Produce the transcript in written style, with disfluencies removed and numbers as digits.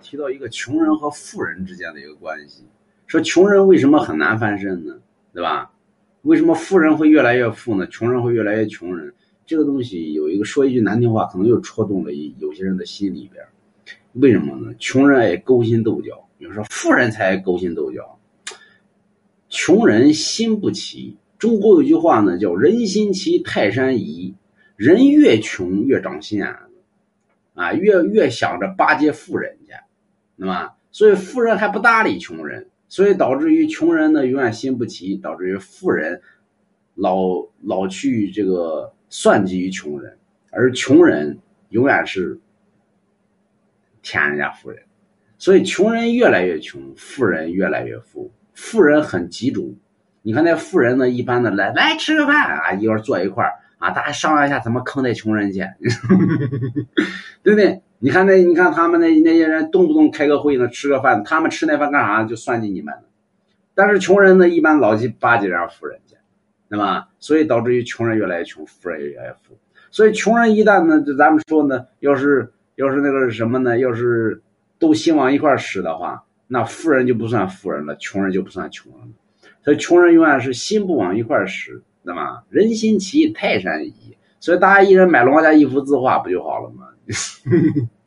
提到一个穷人和富人之间的一个关系，说穷人为什么很难翻身呢？对吧？为什么富人会越来越富呢？穷人会越来越穷人？这个东西有一个说一句难听话，可能又戳动了有些人的心里边。为什么呢？穷人爱勾心斗角，有时候富人才爱勾心斗角。穷人心不齐。中国有句话呢，叫人心齐泰山移。人越穷越长心眼子啊，越想着巴结富人家，对吧？所以富人还不搭理穷人，所以导致于穷人呢永远心不齐，导致于富人老去这个算计于穷人，而穷人永远是舔人家富人。所以穷人越来越穷，富人越来越富。富人很集中，你看那富人呢，一般的来吃个饭啊，一会儿坐一块啊，大家商量一下怎么坑那穷人去，对不对？你看他们那些人动不动开个会呢，吃个饭，他们吃那饭干啥？就算计你们。但是穷人呢，一般老去巴结人家富人去，对吧？所以导致于穷人越来越穷，富人越来越富。所以穷人一旦呢，咱们说呢，要是那个什么呢？要是都心往一块使的话，那富人就不算富人了，穷人就不算穷人了。所以穷人永远是心不往一块使，对吧？人心齐泰山移。所以大家一人买龙王家一幅字画不就好了吗？